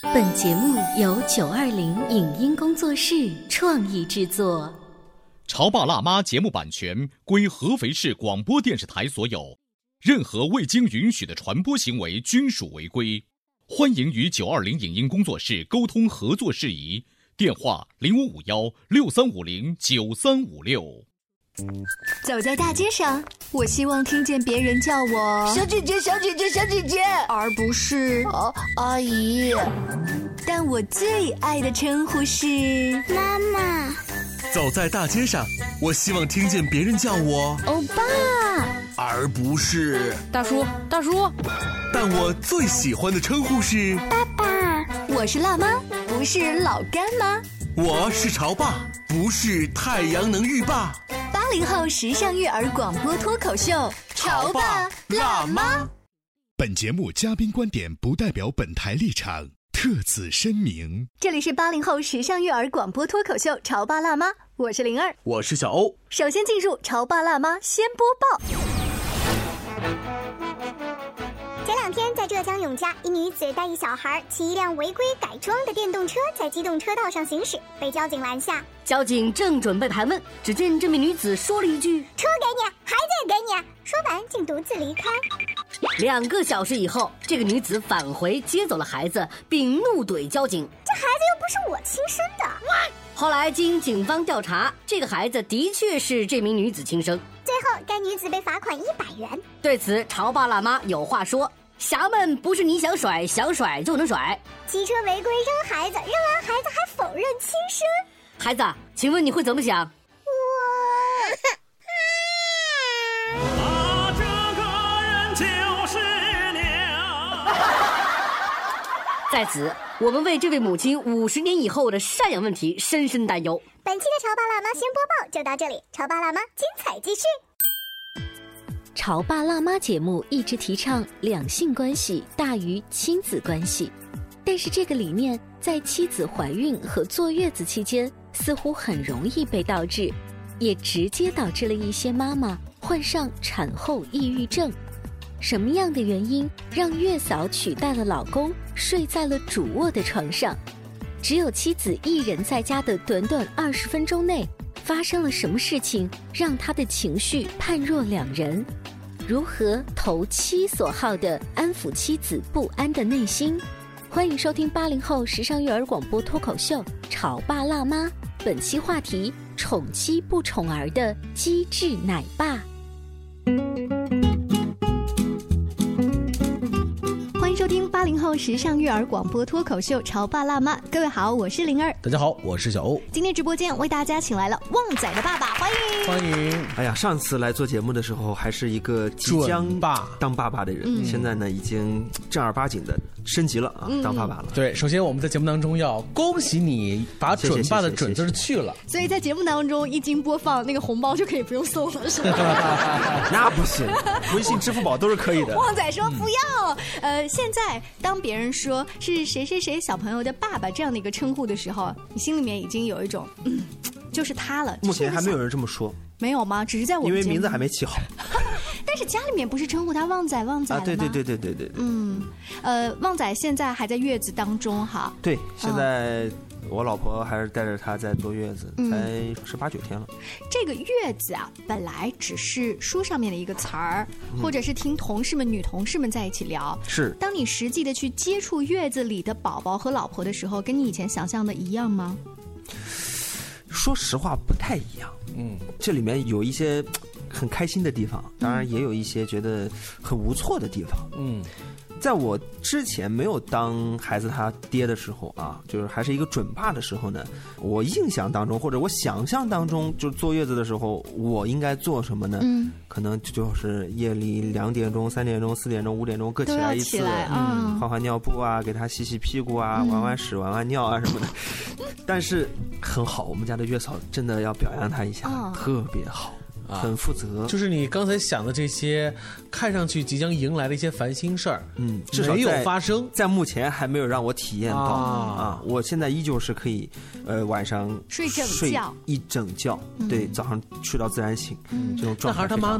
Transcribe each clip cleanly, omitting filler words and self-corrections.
本节目由920影音工作室创意制作。 潮爸辣妈节目版权归合肥市广播电视台所有，任何未经允许的传播行为均属违规。欢迎与920影音工作室沟通合作事宜，电话055163509356。 走在大街上，我希望听见别人叫我小姐姐小姐姐小姐姐， 而不是阿姨。 但我最爱的称呼是妈妈。 走在大街上，我希望听见别人叫我欧巴， 而不是大叔大叔。 但我最喜欢的称呼是爸爸。 我是辣妈，不是老干妈。 我是潮爸，不是太阳能浴霸。 80后时尚育儿广播脱口秀，潮爸辣妈。 本节目嘉宾观点不代表本台立场，特此声明。 这里是80后时尚育儿广播脱口秀，潮爸辣妈，我是灵儿， 我是小欧。 首先进入潮爸辣妈先播报。 前2天，在浙江永嘉，一女子带一小孩骑一辆违规改装的电动车在机动车道上行驶，被交警拦下。 交警正准备盘问，只见这名女子说了一句：“ 车给你，孩子也给你。”说完竟独自离开。 2个小时以后，这个女子返回接走了孩子，并怒怼交警：“ 这孩子又不是我亲生的。” 后来经警方调查，这个孩子的确是这名女子亲生。 最后，该女子被罚款100元。 对此，潮爸辣妈有话说：侠们不是你想甩就能甩。 骑车违规扔孩子，扔完孩子还否认亲生。 孩子，请问你会怎么想？ 这个人就是娘。 在此，我们为这位母亲50年以后的赡养问题深深担忧。 本期的潮爸辣妈先播报就到这里，潮爸辣妈精彩继续。 潮爸辣妈节目一直提倡两性关系大于亲子关系，但是这个理念在妻子怀孕和坐月子期间似乎很容易被倒置，也直接导致了一些妈妈患上产后抑郁症。什么样的原因让月嫂取代了老公，睡在了主卧的床上？只有妻子一人在家的短短20分钟内，发生了什么事情让他的情绪判若两人？如何投妻所好的安抚妻子不安的内心？欢迎收听80后时尚育儿广播脱口秀《潮爸辣妈》，本期话题：宠妻不宠儿的机智奶爸。 欢迎收听80后时尚育儿广播脱口秀《潮爸辣妈》，各位好，我是灵儿。 大家好，我是小欧。 今天直播间为大家请来了旺仔的爸爸，欢迎欢迎。 哎呀，上次来做节目的时候还是一个即将当爸爸的人，现在呢已经正儿八经的升级了啊，当爸爸了。 对，首先我们在节目当中要恭喜你把准爸的准字去了， 所以在节目当中一经播放，那个红包就可以不用送了，是吗？ 那不行，微信、支付宝都是可以的。 旺仔说不要。现在当别人说是谁谁谁小朋友的爸爸这样的一个称呼的时候，你心里面已经有一种就是他了。 目前还没有人这么说。 没有吗？只是在我们因为名字还没起好。 但是家里面不是称呼他旺仔了吗？ 对。 旺仔现在还在月子当中哈。 对，现在我老婆还是带着他在坐月子，才18、19天了。 这个月子啊，本来只是书上面的一个词儿，或者是听同事们、女同事们在一起聊。 是。当你实际的去接触月子里的宝宝和老婆的时候，跟你以前想象的一样吗？ 说实话，不太一样。这里面有一些很开心的地方，当然也有一些觉得很无措的地方。在我之前没有当孩子他爹的时候啊，就是还是一个准爸的时候呢，我印象当中或者我想象当中，就是坐月子的时候，我应该做什么呢？可能就是夜里2点钟、3点钟、4点钟、5点钟各起来一次，换换尿布啊，给他洗洗屁股啊，玩玩屎、玩玩尿啊什么的。但是很好，我们家的月嫂真的要表扬他一下，特别好。很负责， 就是你刚才想的这些看上去即将迎来的一些烦心事儿， 至少没有发生， 在目前还没有让我体验到啊！我现在依旧是可以，晚上睡一整觉， 对，早上睡到自然醒，这种状态。 那孩儿他妈呢？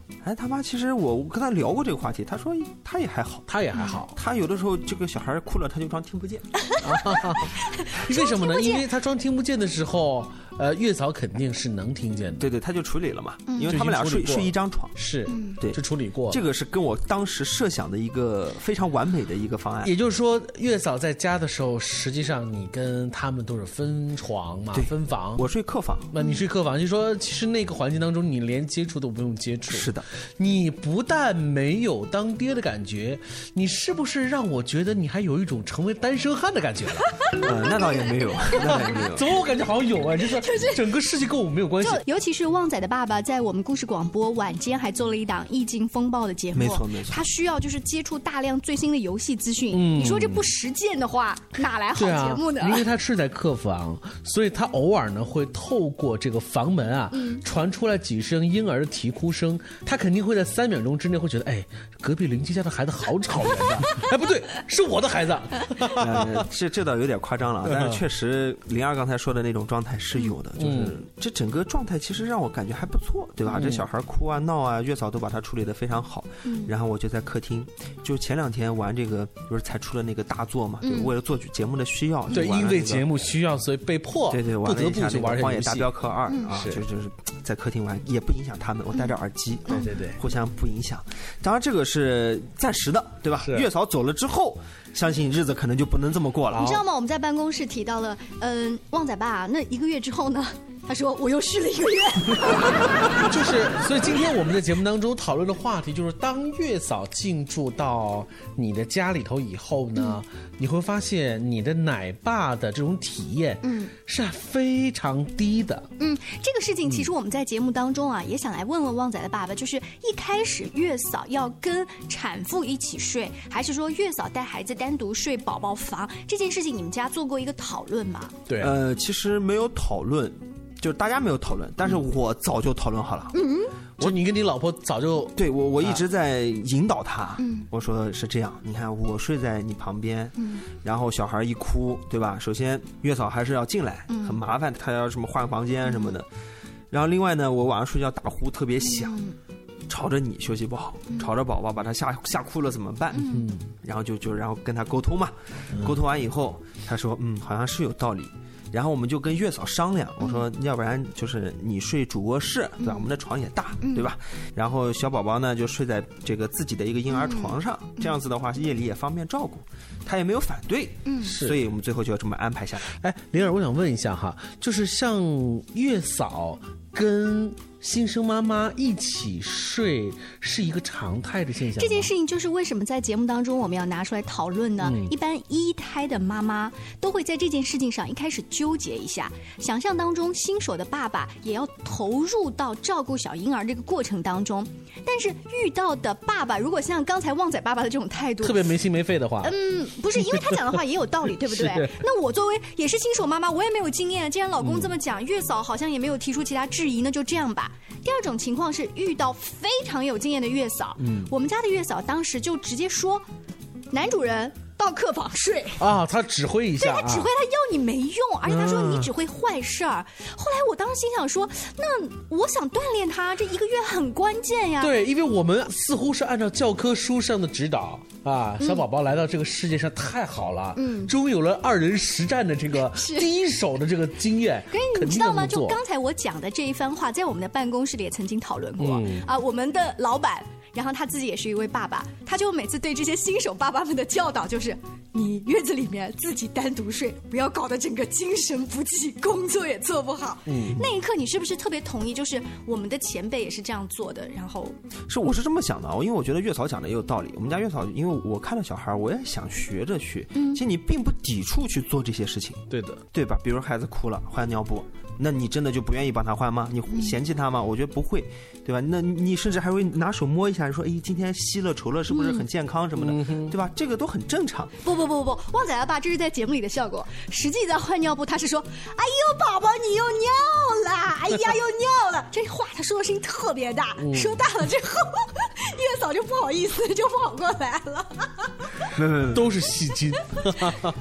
哎，他妈，其实我跟他聊过这个话题，他说他也还好，他有的时候这个小孩哭了，他就装听不见。 为什么呢？因为他装听不见的时候，月嫂肯定是能听见的。 对对，他就处理了嘛，因为他们俩睡一张床。 是， 对， 就处理过。 这个是跟我当时设想的一个非常完美的一个方案。 也就是说，月嫂在家的时候，实际上你跟他们都是分床嘛，分房。 我睡客房， 那你睡客房，就说其实那个环境当中，你连接触都不用接触。 是的， 你不但没有当爹的感觉，你是不是让我觉得你还有一种成为单身汉的感觉了？ 那倒也没有，那倒也没有。 怎么我感觉好像有啊？就是整个世界跟我没有关系。 尤其是旺仔的爸爸，在我们故事广播晚间还做了一档意境风暴的节目。 没错没错。 他需要就是接触大量最新的游戏资讯。你说这不实践的话，哪来好节目呢？ 因为他睡在客房，所以他偶尔呢会透过这个房门啊，传出来几声婴儿的啼哭声。他肯定会在3秒钟之内会觉得，哎，隔壁邻居家的孩子好吵人的。哎，不对，是我的孩子。 这倒有点夸张了，但是确实灵儿刚才说的那种状态是有的，就是这整个状态其实让我感觉还不错，对吧？这小孩哭啊闹啊，月嫂都把他处理得非常好。然后我就在客厅，就前2天玩这个，不是才出了那个大作嘛，为了做节目的需要， 对，因为节目需要，所以被迫对不得不去玩 《荒野大镖客2》啊，就是在客厅玩，也不影响他们，我戴着耳机，对，互相不影响。当然这个是暂时的，对吧？月嫂走了之后，相信日子可能就不能这么过了。 你知道吗？我们在办公室提到了，旺仔爸，那1个月之后呢？他说我又试了1个月。 就是，所以今天我们在节目当中讨论的话题就是，当月嫂进驻到你的家里头以后呢，你会发现你的奶爸的这种体验，是非常低的。 这个事情其实我们在节目当中啊，也想来问问旺仔的爸爸，就是一开始月嫂要跟产妇一起睡，还是说月嫂带孩子单独睡宝宝房这件事情，你们家做过一个讨论吗？ 对， 其实没有讨论。就是大家没有讨论，但是我早就讨论好了。 你跟你老婆早就对我一直在引导她。我说是这样，你看我睡在你旁边，然后小孩一哭，对吧？首先月嫂还是要进来，很麻烦，她要什么换房间什么的。然后另外呢，我晚上睡觉打呼特别响，吵着你休息不好，吵着宝宝把他吓哭了怎么办？然后然后跟他沟通嘛，沟通完以后，他说好像是有道理。然后我们就跟月嫂商量，我说要不然就是你睡主卧室，对吧？我们的床也大，对吧？然后小宝宝呢就睡在这个自己的一个婴儿床上，这样子的话夜里也方便照顾，他也没有反对，所以我们最后就这么安排下来。 哎，灵儿，我想问一下哈，就是像月嫂跟新生妈妈一起睡是一个常态的现象。 这件事情就是为什么在节目当中我们要拿出来讨论呢？一般1胎的妈妈都会在这件事情上一开始纠结一下，想象当中新手的爸爸也要投入到照顾小婴儿这个过程当中，但是遇到的爸爸如果像刚才旺仔爸爸的这种态度， 特别没心没肺的话， 不是，因为他讲的话也有道理，对不对？那我作为也是新手妈妈，我也没有经验，既然老公这么讲，月嫂好像也没有提出其他质疑，那就这样吧。第二种情况是遇到非常有经验的月嫂，我们家的月嫂当时就直接说，男主人到客房睡啊，他指挥一下， 对，他指挥，他要你没用，而且他说你只会坏事儿。后来我当时心想说，那我想锻炼他，这1个月很关键呀。 对，因为我们似乎是按照教科书上的指导啊，小宝宝来到这个世界上太好了，终于有了2人实战的这个第一手的这个经验。 可是你知道吗？就刚才我讲的这一番话，在我们的办公室里也曾经讨论过啊，我们的老板。然后他自己也是一位爸爸，他就每次对这些新手爸爸们的教导就是：你月子里面自己单独睡，不要搞得整个精神不济，工作也做不好。那一刻你是不是特别同意？就是我们的前辈也是这样做的。然后我是这么想的，因为我觉得月嫂讲的也有道理。我们家月嫂，因为我看到小孩，我也想学着去。其实你并不抵触去做这些事情， 对的， 对吧？比如孩子哭了，换尿布。那你真的就不愿意帮他换吗？你嫌弃他吗？我觉得不会，对吧？那你甚至还会拿手摸一下，说：“哎，今天吸了稠了，是不是很健康什么的？对吧？这个都很正常。” 不，旺仔爸这是在节目里的效果。实际在换尿布，他是说：“哎呦，宝宝你又尿了，哎呀又尿了。”这话他说的声音特别大，说大了之后，月嫂就不好意思，就跑过来了。 都是戏精。 不，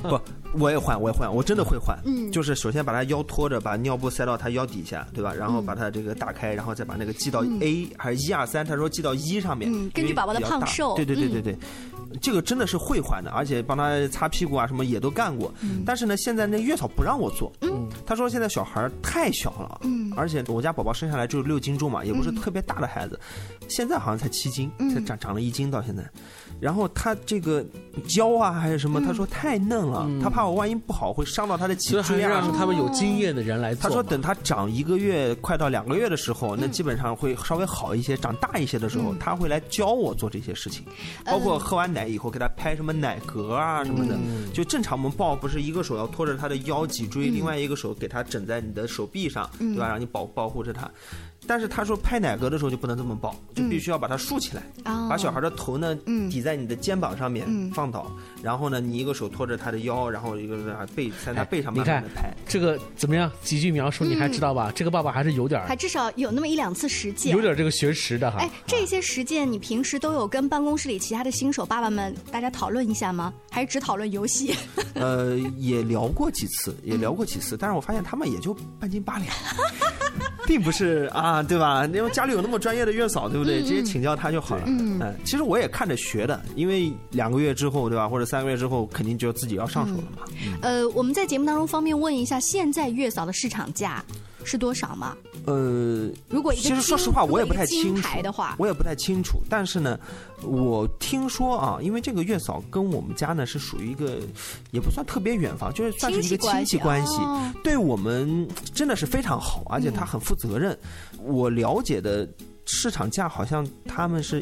我也换，我真的会换。就是首先把他腰托着，把尿布塞到他腰底下，对吧？然后把他这个打开，然后再把那个系到 A 还是1、2、3，他说系到1上面。 根据宝宝的胖瘦。 对。这个真的是会换的，而且帮他擦屁股啊什么也都干过。但是呢，现在那月嫂不让我做。他说现在小孩太小了，而且我家宝宝生下来只有6斤重嘛，也不是特别大的孩子，现在好像才7斤，才长了1斤到现在。然后他这个腰啊还是什么，他说太嫩了，他怕我万一不好会伤到他的脊椎啊。 所以还是让他们有经验的人来做。 他说等他长1个月快到2个月的时候，那基本上会稍微好一些，长大一些的时候，他会来教我做这些事情，包括喝完奶以后给他拍什么奶嗝啊什么的。就正常我们抱不是一个手要托着他的腰脊椎，另外一个手给他枕在你的手臂上，对吧？让你保护着他。但是他说拍奶嗝的时候就不能这么抱，就必须要把它竖起来，把小孩的头呢抵在你的肩膀上面放倒，然后呢你一个手托着他的腰，然后一个背在他背上慢慢的拍。 这个怎么样？几句描述你还知道吧？这个爸爸还是有点， 还至少有那么1、2次实践， 有点这个学识的哈。 这些实践你平时都有跟办公室里其他的新手爸爸们大家讨论一下吗？还是只讨论游戏？ 也聊过几次，但是我发现他们也就半斤八两。并不是啊，对吧？因为家里有那么专业的月嫂，对不对？直接请教他就好了。其实我也看着学的，因为2个月之后，对吧？或者3个月之后，肯定就自己要上手了嘛。 我们在节目当中方便问一下，现在月嫂的市场价是多少吗？ 如果其实说实话，我也不太清楚。但是呢，我听说啊，因为这个月嫂跟我们家呢是属于一个也不算特别远房，就是算是一个亲戚关系，对我们真的是非常好，而且他很负责任。我了解的市场价好像他们是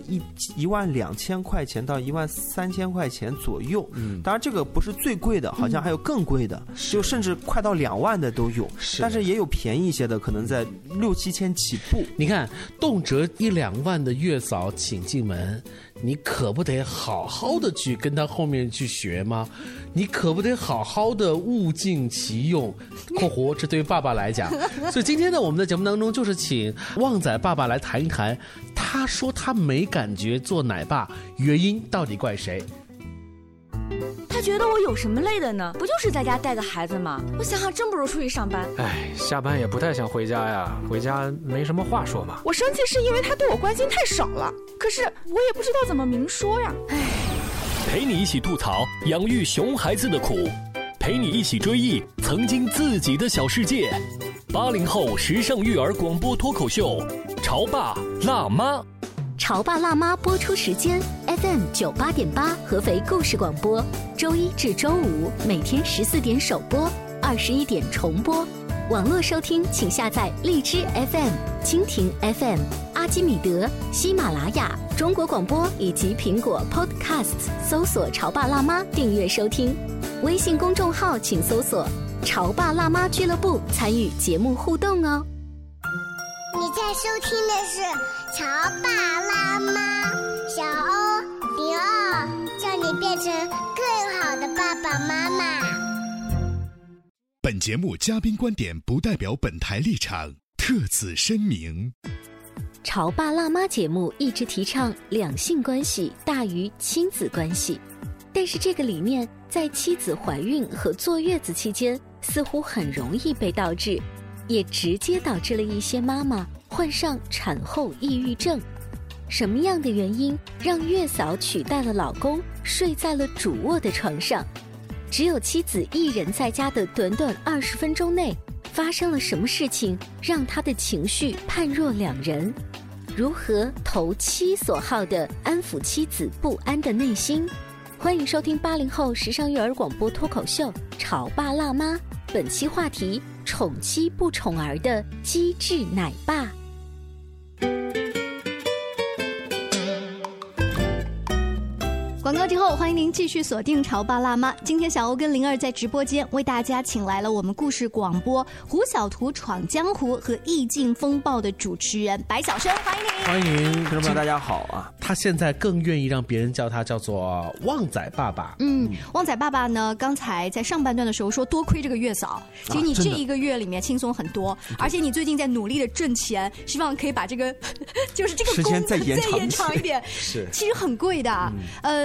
12000块钱到13000块钱左右。当然这个不是最贵的，好像还有更贵的，就甚至快到2万的都有。但是也有便宜一些的，可能在6、7千起步。 你看，动辄1、2万的月嫂请进门，你可不得好好的去跟他后面去学吗？你可不得好好的物尽其用（括弧这对于爸爸来讲）。所以今天呢，我们的节目当中就是请旺仔爸爸来谈一谈，他说他没感觉做奶爸，原因到底怪谁？ 他觉得我有什么累的呢？不就是在家带个孩子吗？我想想，真不如出去上班。 下班也不太想回家呀，回家没什么话说嘛。 我生气是因为他对我关心太少了，可是我也不知道怎么明说呀。 陪你一起吐槽养育熊孩子的苦，陪你一起追忆曾经自己的小世界。80后时尚育儿广播脱口秀，潮爸辣妈。 潮爸辣妈播出时间 FM 98.8合肥故事广播，周1至周5每天14点首播，21点重播。网络收听请下载荔枝 FM、蜻蜓 FM、阿基米德、喜马拉雅、中国广播以及苹果 Podcasts， 搜索潮爸辣妈订阅收听。微信公众号请搜索潮爸辣妈俱乐部，参与节目互动哦。 你在收听的是潮爸辣妈，小欧02，叫你变成更好的爸爸妈妈。 本节目嘉宾观点不代表本台立场，特此声明。 潮爸辣妈节目一直提倡两性关系大于亲子关系，但是这个理念在妻子怀孕和坐月子期间似乎很容易被倒置，也直接导致了一些妈妈患上产后抑郁症。什么样的原因让月嫂取代了老公，睡在了主卧的床上？只有妻子一人在家的短短20分钟内，发生了什么事情让她的情绪判若两人？如何投妻所好的安抚妻子不安的内心？欢迎收听80后时尚育儿广播脱口秀《潮爸辣妈》，本期话题：宠妻不宠儿的机智奶爸。 广告之后，欢迎您继续锁定潮爸辣妈。今天小欧跟02在直播间为大家请来了我们故事广播《胡小图闯江湖》和《意境风暴》的主持人白晓生，欢迎您。 欢迎听众朋友大家好啊！ 他现在更愿意让别人叫他叫做旺仔爸爸。 旺仔爸爸呢，刚才在上半段的时候说多亏这个月嫂，其实你这一个月里面轻松很多，而且你最近在努力的挣钱，希望可以把这个就是这个工作再延长一点。 是， 其实很贵的。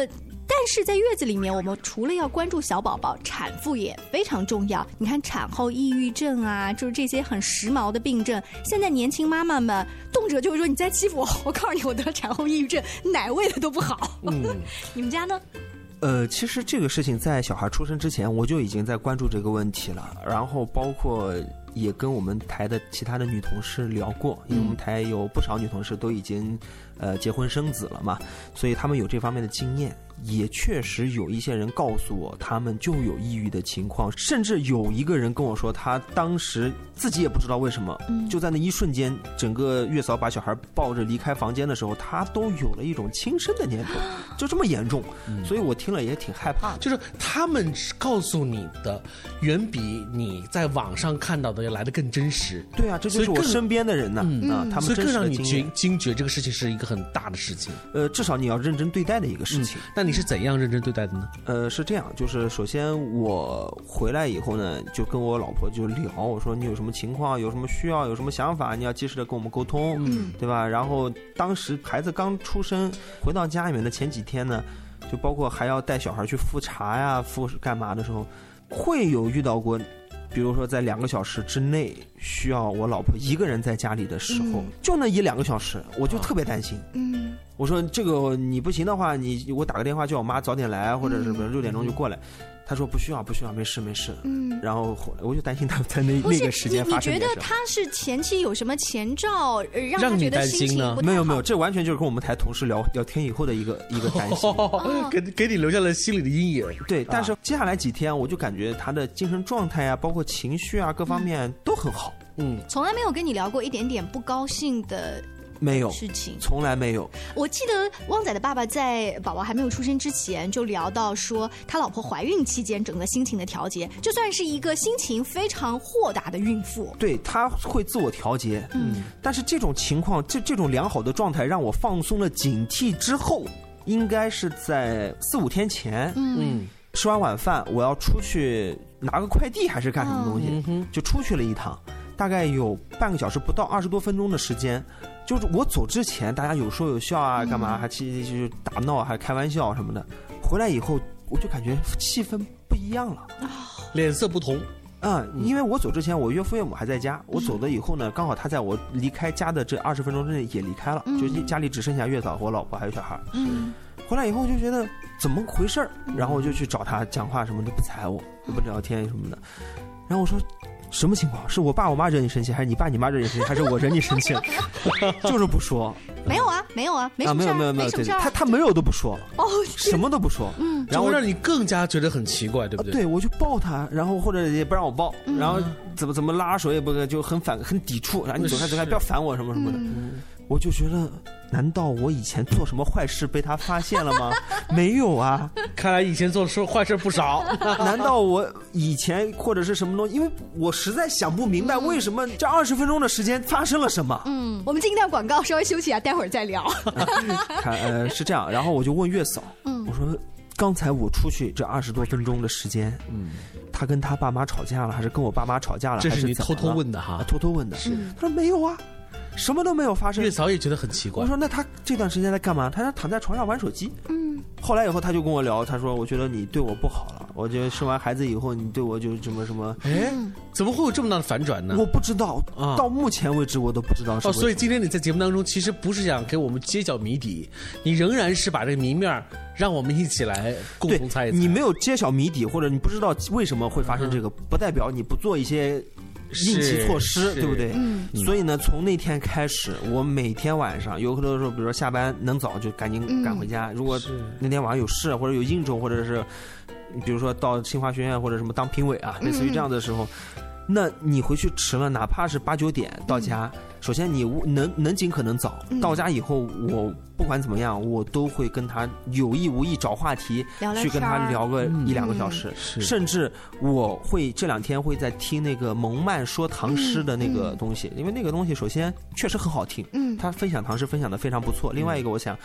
但是在月子里面，我们除了要关注小宝宝，产妇也非常重要。你看产后抑郁症啊，就是这些很时髦的病症，现在年轻妈妈们动辄就会说你再欺负我，我告诉你我得了产后抑郁症，奶喂的都不好。你们家呢？ 其实这个事情在小孩出生之前我就已经在关注这个问题了，然后包括也跟我们台的其他的女同事聊过，因为我们台有不少女同事都已经结婚生子了嘛，所以他们有这方面的经验。也确实有一些人告诉我他们就有抑郁的情况，甚至有一个人跟我说他当时自己也不知道为什么，就在那一瞬间整个月嫂把小孩抱着离开房间的时候，他都有了一种轻生的念头，就这么严重。所以我听了也挺害怕的。 就是他们告诉你的远比你在网上看到的要来得更真实。 对啊，这就是我身边的人呢，他们真实的经验， 所以更让你惊觉这个事情是一个很大的事情。 至少你要认真对待的一个事情。 那你是怎样认真对待的呢？ 是这样，就是首先我回来以后呢，就跟我老婆就聊，我说你有什么情况，有什么需要，有什么想法，你要及时的跟我们沟通，对吧？然后当时孩子刚出生，回到家里面的前几天呢，就包括还要带小孩去复查呀、复干嘛的时候，会有遇到过。比如说在2个小时之内需要我老婆一个人在家里的时候，就那1-2个小时，我就特别担心。我说这个你不行的话，我打个电话叫我妈早点来，或者是比如6点钟就过来。他说不需要，没事。然后我就担心他在那个时间发生点什么。你觉得他是前期有什么前兆让他觉得心情不太好？ 没有，这完全就是跟我们台同事聊天以后的一个担心， 给你留下了心里的阴影。 对，但是接下来几天我就感觉他的精神状态啊，包括情绪啊，各方面都很好。 从来没有跟你聊过一点点不高兴的。 没有事情， 从来没有。 我记得汪仔的爸爸在宝宝还没有出生之前就聊到说，他老婆怀孕期间整个心情的调节，就算是一个心情非常豁达的孕妇， 对，他会自我调节。但是这种情况，这种良好的状态让我放松了警惕之后，应该是在4-5天前。吃完晚饭我要出去拿个快递还是干什么东西，就出去了一趟，大概有半个小时不到20多分钟的时间。就是我走之前大家有说有笑啊，干嘛还就是打闹还开玩笑什么的，回来以后我就感觉气氛不一样了， 脸色不同。 因为我走之前我岳父岳母还在家，我走了以后呢，刚好他在我离开家的这20分钟之内也离开了，就家里只剩下月嫂和我老婆还有小孩。回来以后就觉得怎么回事，然后我就去找他讲话什么的不睬我，也不聊天什么的，然后我说什么情况？是我爸我妈惹你生气，还是你爸你妈惹你生气，还是我惹你生气？就是不说。 没有啊，没什么事儿， 没什么事儿。他没有都不说，什么都不说， 然后让你更加觉得很奇怪，对不对？ 对，我就抱他，然后或者也不让我抱，然后怎么拉手也不就很抵触，然后你走开，不要烦我什么什么的。我就觉得，难道我以前做什么坏事被他发现了吗？没有啊， 看来以前做坏事不少。 难道我以前或者是什么东西？因为我实在想不明白为什么这20分钟的时间发生了什么。 我们进一段广告，稍微休息啊，待会儿再聊。 是这样，然后我就问月嫂，我说刚才我出去这20多分钟的时间，他跟他爸妈吵架了，还是跟我爸妈吵架了？ 这是你偷偷问的哈？ 偷偷问的。他说没有啊。什么都没有发生。 月嫂也觉得很奇怪。 我说那他这段时间在干嘛？他躺在床上玩手机。后来以后他就跟我聊，他说我觉得你对我不好了，我觉得生完孩子以后你对我就什么。 怎么会有这么大的反转呢？ 我不知道，到目前为止我都不知道。 所以今天你在节目当中其实不是想给我们揭晓谜底，你仍然是把这个谜面让我们一起来共同猜一猜。 你没有揭晓谜底，或者你不知道为什么会发生这个，不代表你不做一些应急措施，对不对？所以呢，从那天开始，我每天晚上有很多时候，比如说下班能早就赶紧赶回家。如果那天晚上有事或者有应酬，或者是比如说到清华学院或者什么当评委啊，类似于这样的时候，那你回去迟了，哪怕是8、9点到家，首先你能尽可能早到家以后，我不管怎么样，我都会跟他有意无意找话题去跟他聊个1-2个小时，甚至我会这2天会在听那个蒙曼说唐诗的那个东西，因为那个东西首先确实很好听，他分享唐诗分享的非常不错。另外一个我想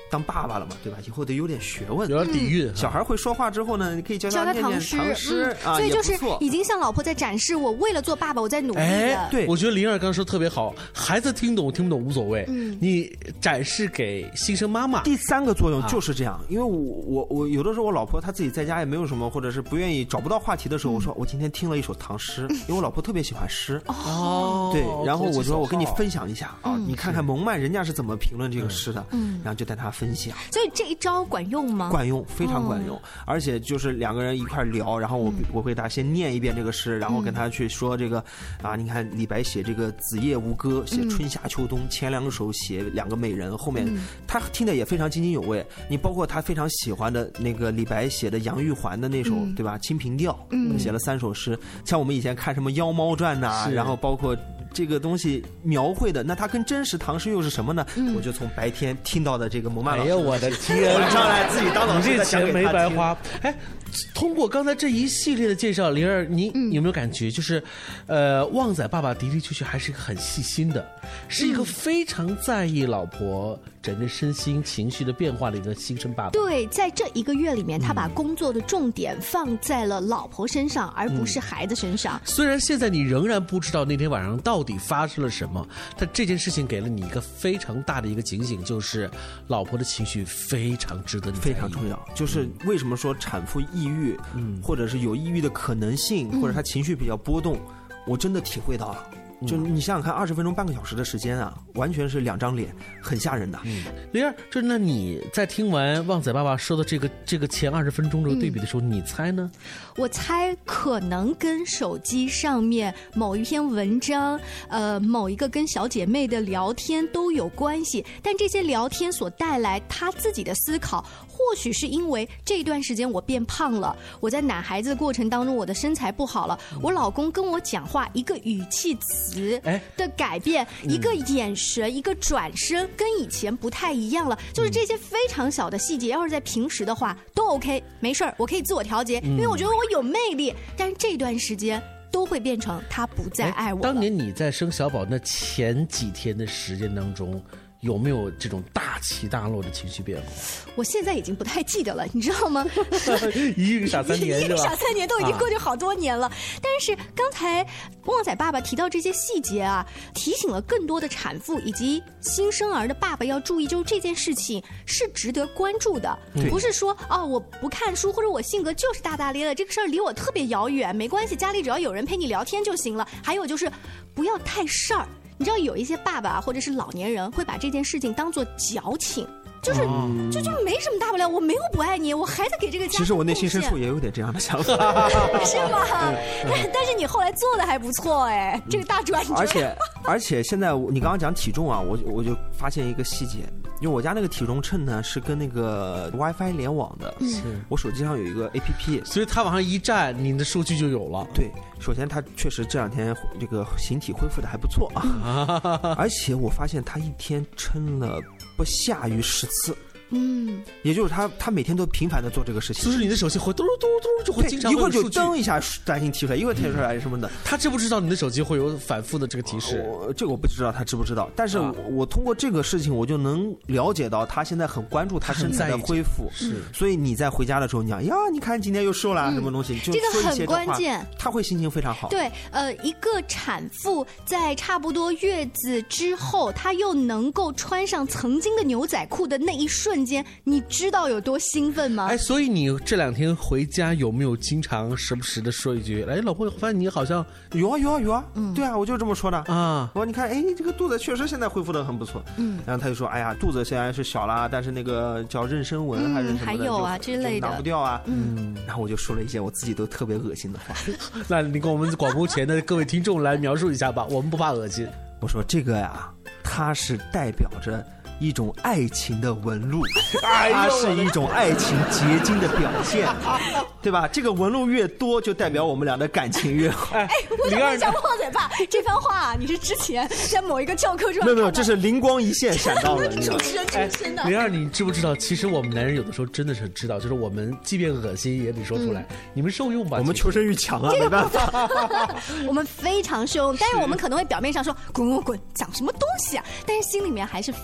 当爸爸了嘛，对吧？以后得有点学问， 有点底蕴。 小孩会说话之后呢，你可以教他念念唐诗啊， 所以就是已经向老婆在展示，我为了做爸爸，我在努力的。 对， 我觉得灵儿刚说特别好，孩子听懂听不懂无所谓，你展示给新生妈妈。 第3个作用就是这样，因为我有的时候我老婆她自己在家也没有什么，或者是不愿意找不到话题的时候，我说我今天听了一首唐诗，因为我老婆特别喜欢诗。对，然后我说我跟你分享一下啊，你看看蒙曼人家是怎么评论这个诗的，然后就带她分享。 所以这一招管用吗？ 管用，非常管用，而且就是2个人一块聊，然后我会给他先念一遍这个诗，然后跟他去说这个啊，你看李白写这个子夜吴歌，写春夏秋冬，前2首写2个美人，后面他听的也非常津津有味。你包括他非常喜欢的那个李白写的杨玉环的那首，对吧？清平调，写了3首诗。像我们以前看什么《妖猫传》呐，然后包括这个东西描绘的，那它跟真实唐诗又是什么呢？我就从白天听到的这个蒙曼老师， 哎呀，我的天， 晚上来自己当老师， 你这钱没白花。哎，通过刚才这一系列的介绍，灵儿，你有没有感觉，就是，旺仔爸爸的的确确还是一个很细心的，是一个非常在意老婆整个身心情绪的变化的一个新生爸爸。 对，在这1个月里面，他把工作的重点放在了老婆身上，而不是孩子身上。 虽然现在你仍然不知道那天晚上到底发生了什么，但这件事情给了你一个非常大的一个警醒，就是老婆的情绪非常值得你在意， 非常重要。就是为什么说产妇抑郁，或者是有抑郁的可能性，或者她情绪比较波动，我真的体会到了。就你想想看，20分钟半个小时的时间啊，完全是2张脸，很吓人的。 灵儿，就那你在听完旺仔爸爸说的这个前20分钟这个对比的时候，你猜呢？ 我猜可能跟手机上面某一篇文章，某一个跟小姐妹的聊天都有关系，但这些聊天所带来他自己的思考，或许是因为这段时间我变胖了，我在奶孩子的过程当中我的身材不好了，我老公跟我讲话一个语气词的改变，一个眼神，一个转身，跟以前不太一样了。就是这些非常小的细节，要是在平时的话都 OK， 没事儿，我可以自我调节，因为我觉得我有魅力。但是这段时间都会变成他不再爱我了。 当年你在生小宝那前几天的时间当中，有没有这种大起大落的情绪变化？ 我现在已经不太记得了，你知道吗？ 一个傻3年， 一个傻3年都已经过去好多年了。但是刚才旺仔爸爸提到这些细节啊，提醒了更多的产妇以及新生儿的爸爸要注意，就是这件事情是值得关注的，不是说我不看书或者我性格就是大大咧咧，这个事儿离我特别遥远，没关系，家里只要有人陪你聊天就行了。还有就是不要太事儿。你知道有一些爸爸或者是老年人会把这件事情当作矫情，就是没什么大不了，我没有不爱你，我还在给这个家。 其实我内心深处也有点这样的想法， 是吗？但是你后来做的还不错哎，这个大转折。 而且现在你刚刚讲体重啊，我就发现一个细节，因为我家那个体重秤呢是跟那个 WiFi 联网的，我手机上有一个 APP， 所以它往上一站，你的数据就有了。 对，首先它确实这2天这个形体恢复的还不错啊，而且我发现它一天称了不下于10次。也就是他每天都频繁的做这个事情， 就是你的手机会嘟嘟嘟就会经常一会儿就噔一下短信提出来，一会儿提出来什么的。 他知不知道你的手机会有反复的这个提示？ 这个我不知道他知不知道，但是我通过这个事情，我就能了解到他现在很关注他身材的恢复。 是， 所以你在回家的时候，你讲呀，你看今天又瘦了，什么东西，就这个很关键， 他会心情非常好。 对，一个产妇在差不多月子之后，她又能够穿上曾经的牛仔裤的那一瞬间，你知道有多兴奋吗？ 哎，所以你这2天回家有没有经常时不时的说一句，哎，老婆，我发现你好像有啊，对啊，我就这么说的啊。我说你看，哎，这个肚子确实现在恢复的很不错。然后他就说，哎呀，肚子虽然是小了，但是那个叫妊娠纹还是什么的， 还有啊之类的， 拿不掉啊。然后我就说了一些我自己都特别恶心的话。 那你跟我们广播前的各位听众来描述一下吧，我们不怕恶心。 我说这个呀，它是代表着一种爱情的纹路，它是一种爱情结晶的表现，对吧？这个纹路越多，就代表我们俩的感情越好。 哎，我想问一下旺仔爸，这番话你是之前在某一个教科书上？ 没有，这是灵光一现闪到了。 主持人出身的。 灵儿，你知不知道？其实我们男人有的时候真的是知道，就是我们即便恶心也得说出来。你们受用吧？ 我们求生欲强啊，没办法。 我们非常受用，但是我们可能会表面上说滚滚滚，讲什么东西啊？但是心里面还是非常美。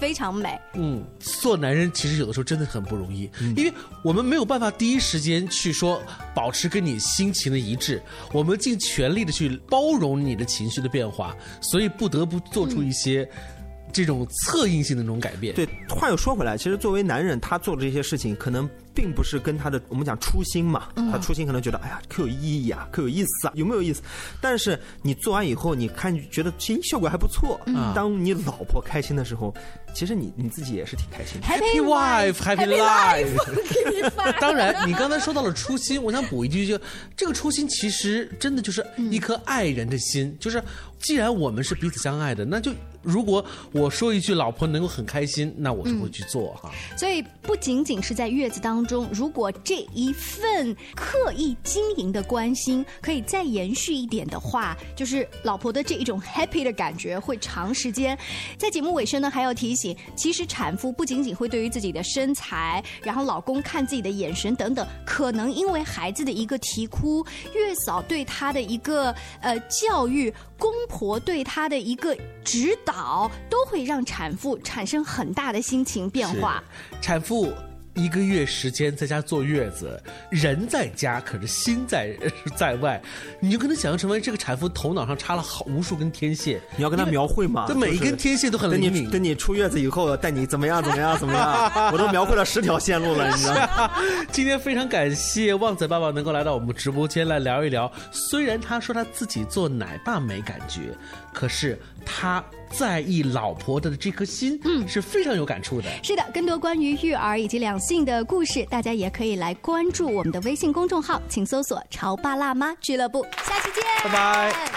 美。 做男人其实有的时候真的很不容易，因为我们没有办法第一时间去说保持跟你心情的一致，我们尽全力的去包容你的情绪的变化，所以不得不做出一些这种策应性的那种改变。 对，话又说回来，其实作为男人，他做的这些事情可能并不是跟他的我们讲初心嘛，他初心可能觉得哎呀可有意义啊，可有意思啊，有没有意思？但是你做完以后，你看觉得其实效果还不错。当你老婆开心的时候，其实你自己也是挺开心的。 Happy wife, happy life。当然，你刚才说到了初心，我想补一句，就这个初心其实真的就是一颗爱人的心，就是既然我们是彼此相爱的，那就如果我说一句老婆能够很开心，那我就会去做哈。 所以不仅仅是在月子当中，如果这一份刻意经营的关心可以再延续一点的话，就是老婆的这一种 happy 的感觉会长时间。在节目尾声呢，还要提醒，其实产妇不仅仅会对于自己的身材，然后老公看自己的眼神等等，可能因为孩子的一个啼哭，月嫂对她的一个教育，公婆对她的一个指导，都会让产妇产生很大的心情变化。 产妇1个月时间在家坐月子，人在家可是心在外，你就可能想象成为这个产妇头脑上插了无数根天线， 你要跟她描绘嘛， 这每一根天线都很灵敏。 等你出月子以后，带你怎么样，我都描绘了10条线路了，你知道吗？ 今天非常感谢旺仔爸爸能够来到我们直播间来聊一聊。虽然他说他自己做奶爸没感觉，可是他在意老婆的这颗心，是非常有感触的。 是的，更多关于育儿以及两性的故事，大家也可以来关注我们的微信公众号，请搜索潮爸辣妈俱乐部。下期见， 拜拜。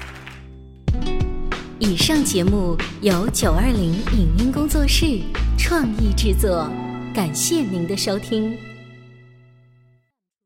以上节目由920影音工作室创意制作，感谢您的收听。